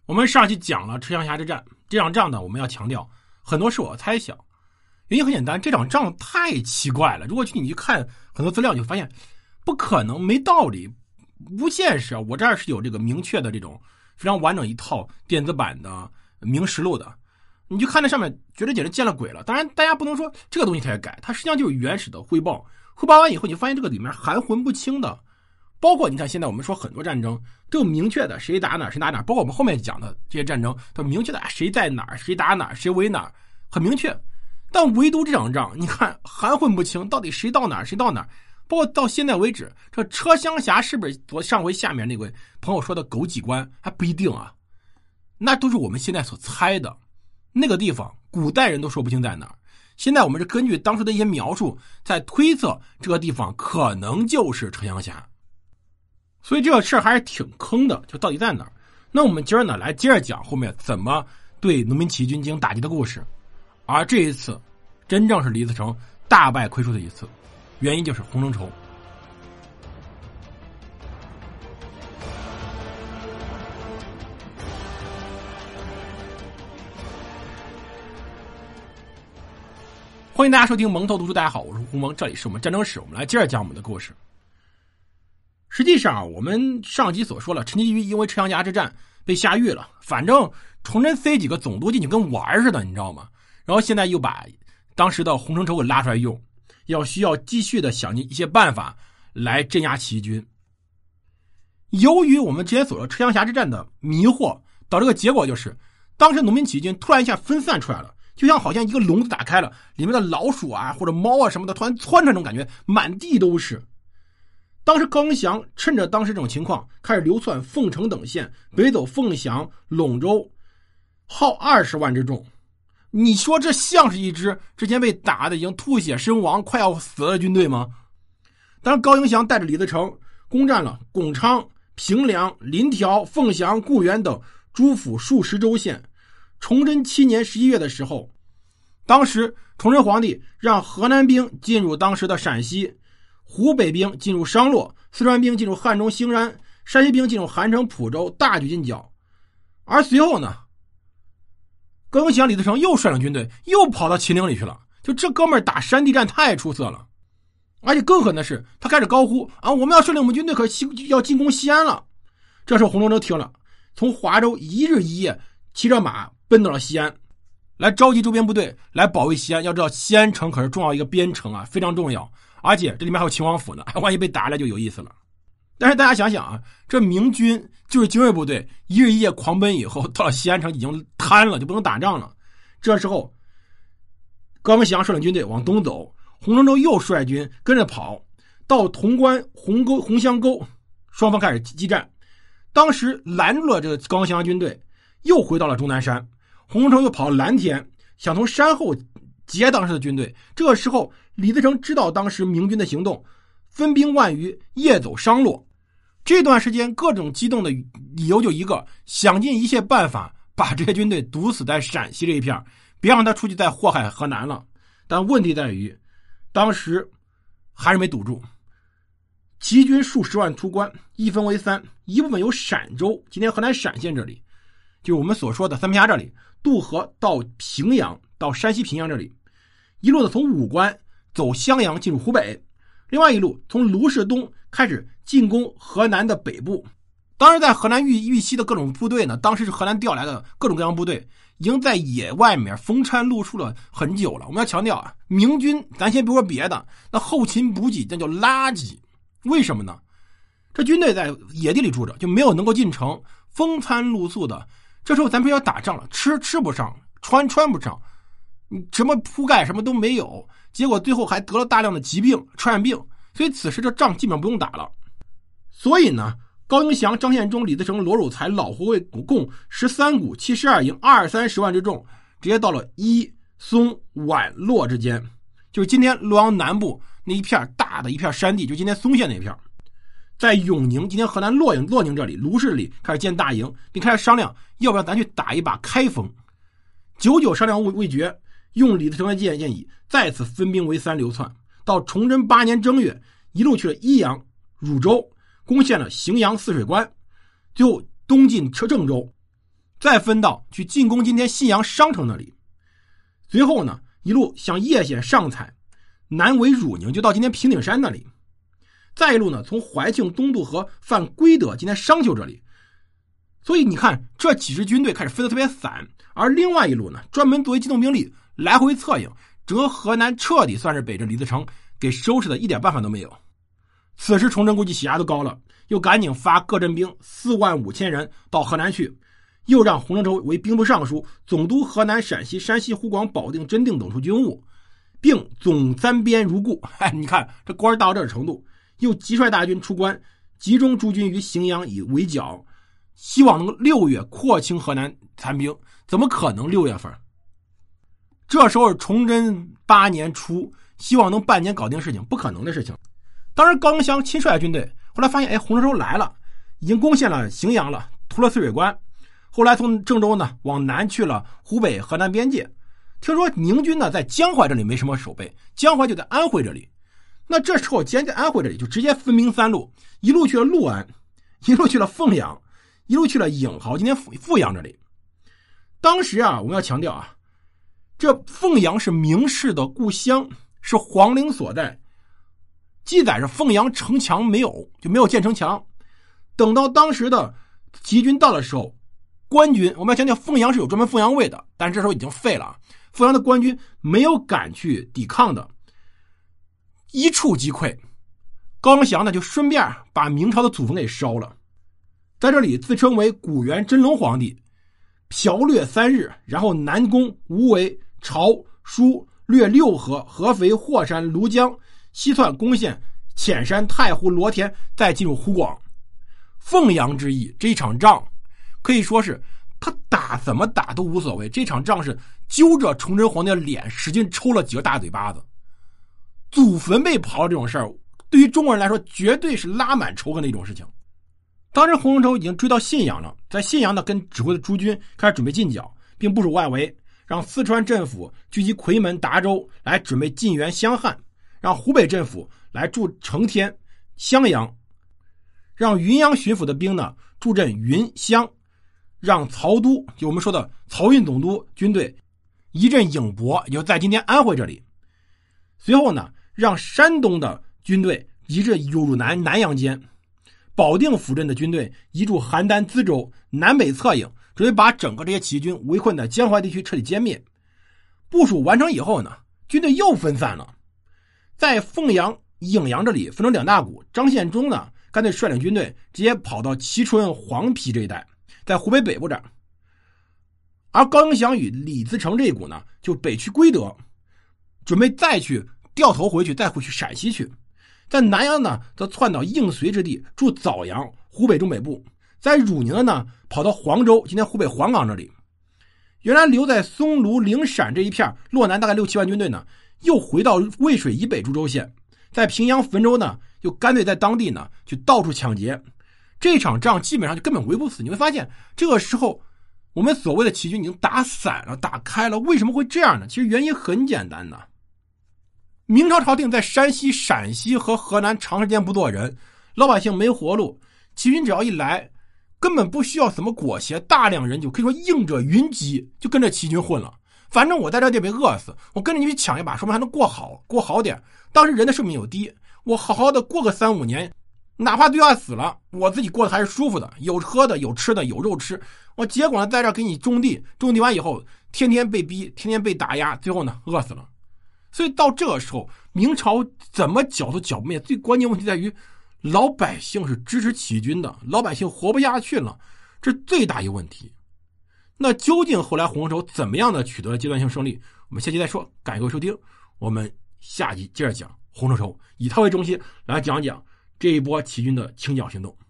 我们上期讲了车厢峡之战，这场仗呢，我们要强调很多是我猜想，原因很简单，这场仗太奇怪了。如果你去看很多资料，你就发现不可能，没道理，不现实啊！我这儿是有这个明确的这种非常完整一套电子版的明实录的，你就看那上面觉得简直见了鬼了。当然，大家不能说这个东西它也改，它实际上就是原始的汇报，汇报完以后，你就发现这个里面含混不清的。包括你看，现在我们说很多战争都有明确的谁打哪儿谁打哪儿，包括我们后面讲的这些战争都明确的谁在哪儿谁打哪儿谁围哪儿，很明确。但唯独这场仗，你看含混不清，到底谁到哪儿谁到哪儿。包括到现在为止，这车厢峡是不是上回下面那位朋友说的枸杞关还不一定啊？那都是我们现在所猜的。那个地方古代人都说不清在哪儿，现在我们是根据当时的一些描述在推测这个地方可能就是车厢峡。所以这个事儿还是挺坑的，就到底在哪儿？那我们今儿呢来接着讲后面怎么对农民起义军进行打击的故事。而这一次真正是李自成大败亏输的一次，原因就是洪承畴。欢迎大家收听蒙头读书，大家好，我是胡蒙，这里是我们战争史，我们来接着讲我们的故事。实际上我们上集所说了，陈其瑜因为车厢峡之战被下狱了，反正崇祯塞几个总督进去跟玩似的，你知道吗？然后现在又把当时的洪承畴给拉出来用，需要继续的想尽一些办法来镇压起义军。由于我们之前所说车厢峡之战的迷惑，导致个结果就是当时农民起义军突然一下分散出来了，就像好像一个笼子打开了，里面的老鼠啊或者猫啊什么的突然窜出来，这种感觉满地都是。当时高迎祥趁着当时这种情况，开始流窜凤城等县，北走凤翔、陇州，号20万之众。你说这像是一支之前被打的已经吐血身亡快要死了的军队吗？当时高迎祥带着李自成攻占了巩昌、平凉、临条、凤翔、固原等诸府数十州县。崇祯7年11月的时候，当时崇祯皇帝让河南兵进入当时的陕西，湖北兵进入商洛，四川兵进入汉中兴安，山西兵进入韩城、蒲州，大举进剿。而随后呢，高迎祥、李自成又率领军队又跑到秦岭里去了。就这哥们儿打山地战太出色了，而且更狠的是，他开始高呼啊，我们要率领我们军队可要进攻西安了。这时候洪承畴听了，从华州一日一夜骑着马奔到了西安，来召集周边部队来保卫西安。要知道西安城可是重要一个边城啊，非常重要，而且这里面还有秦王府呢，万一被打下来就有意思了。但是大家想想啊，这明军就是精锐部队，一日一夜狂奔以后，到了西安城已经瘫了，就不能打仗了。这时候高迎祥率领军队往东走，洪承畴又率军跟着跑到潼关、洪乡沟，双方开始激战。当时拦住了这个高迎祥军队，又回到了终南山。洪承畴又跑到蓝田，想从山后截当时的军队。这个时候李自成知道当时明军的行动，分兵万余，夜走商洛。这段时间各种激动的理由就一个，想尽一切办法把这些军队堵死在陕西这一片，别让他出去再祸害河南了。但问题在于当时还是没堵住，齐军数十万出关，一分为三，一部分由陕州，今天河南陕县这里，就是我们所说的三平峡这里，渡河到平阳，到山西平阳这里，一路呢从武关走襄阳进入湖北，另外一路从卢氏东开始进攻河南的北部。当时在河南豫西的各种部队呢，当时是河南调来的各种各样部队，已经在野外面风餐露宿了很久了。我们要强调啊，明军咱先别说别的，那后勤补给那叫垃圾。为什么呢？这军队在野地里住着，就没有能够进城，风餐露宿的。这时候咱不要打仗了，吃不上，穿不上，什么铺盖什么都没有，结果最后还得了大量的疾病、传染病，所以此时这仗基本上不用打了。所以呢，高迎祥、张献忠、李自成、罗汝才、老护卫共13股72营20-30万之众，直接到了伊松、宛、洛之间，就是今天洛阳南部那一片大的一片山地，就今天松县那一片。在永宁，今天河南洛宁这里，卢氏里开始建大营，并开始商量要不要咱去打一把开封。久久商量未决，用李自成的建议，再次分兵为三流窜，到崇祯8年正月，一路去了益阳、汝州，攻陷了荥阳泗水关，最后东进郑州。 再分道去进攻今天信阳商城那里，随后呢一路向叶县上蔡，南为汝宁，就到今天平顶山那里，再一路呢从怀庆东渡河犯归德，今天商丘这里。所以你看这几支军队开始分得特别散，而另外一路呢专门作为机动兵力来回策应，整个河南彻底算是北镇李自成给收拾的一点办法都没有。此时崇祯估计血压都高了，又赶紧发各镇兵45000人到河南去，又让洪承畴为兵部尚书，总督河南、陕西、山西、湖广、保定、真定等处军务，并总三边如故。你看这官到这程度，又急率大军出关，集中诸军于荥阳以围剿，希望能够6月扩清河南残兵。怎么可能6月份？这时候崇祯8年初，希望能半年搞定事情，不可能的事情。当时高迎祥亲率军队，后来发现洪承畴来了，已经攻陷了荥阳了，屠了淬水关，后来从郑州呢往南去了湖北河南边界。听说宁军呢在江淮这里没什么守备，江淮就在安徽这里。那这时候既然在安徽这里，就直接分兵3路，一路去了六安，一路去了凤阳，一路去了颍豪，今天阜阳这里。当时我们要强调这凤阳是明氏的故乡，是皇陵所在，记载是凤阳城墙没有，就没有建城墙。等到当时的齐军到的时候，官军，我们要强调凤阳是有专门凤阳卫的，但是这时候已经废了，凤阳的官军没有敢去抵抗的，一触即溃。高迎祥呢就顺便把明朝的祖坟给烧了，在这里自称为古元真龙皇帝，剽掠3日，然后南攻无为、巢、舒，掠六合、合肥、霍山、庐江，西窜攻陷潜山、太湖、罗田，再进入湖广。凤阳之役这一场仗可以说是他打怎么打都无所谓，这场仗是揪着崇祯皇帝的脸使劲抽了几个大嘴巴子。祖坟被刨这种事儿，对于中国人来说绝对是拉满仇恨的一种事情。当时洪承畴已经追到信阳了，在信阳呢跟指挥的诸军开始准备进剿，并部署外围，让四川镇抚聚集夔门、达州来准备进援襄汉，让湖北镇抚来驻承天、襄阳，让云阳巡抚的兵呢驻镇云襄，让曹都，就我们说的漕运总督军队一镇颍博，也就在今天安徽这里。随后呢让山东的军队移至汝南、南阳间，保定府镇的军队移驻邯郸、资州，南北策应，准备把整个这些起义军围困在江淮地区彻底歼灭。部署完成以后呢，军队又分散了，在凤阳、颍阳这里分成2大股，张献忠呢干脆率领军队直接跑到蕲春、黄陂这一带，在湖北北部这儿。而高迎祥与李自成这一股呢就北去归德，准备再去掉头回去，再回去陕西去。在南阳呢则窜到应随之地，驻枣阳，湖北中北部。在汝宁的呢跑到黄州，今天湖北黄冈这里。原来留在松庐、灵陕这一片洛南大概6-7万军队呢，又回到渭水以北株洲县，在平阳、汾州呢又干脆在当地呢去到处抢劫。这场仗基本上就根本围不死。你会发现这个时候我们所谓的起义军已经打散了、打开了。为什么会这样呢？其实原因很简单的，明朝朝廷在山西、陕西和河南长时间不做人，老百姓没活路，起义军只要一来，根本不需要什么裹挟，大量人就可以说应者云集，就跟着起义军混了。反正我在这地被饿死，我跟着你去抢一把，说明还能过好点。当时人的寿命又低，我好好的过个3-5年，哪怕对岸死了，我自己过得还是舒服的，有喝的，有吃的，有肉吃。我结果呢在这给你种地完以后，天天被逼，天天被打压，最后呢饿死了。所以到这个时候，明朝怎么剿都剿不灭，最关键问题在于老百姓是支持起义军的，老百姓活不下去了，这是最大一个问题。那究竟后来洪承畴怎么样的取得了阶段性胜利，我们下期再说。感谢各位收听，我们下集接着讲洪承畴，以他为中心来讲讲这一波起义军的清剿行动。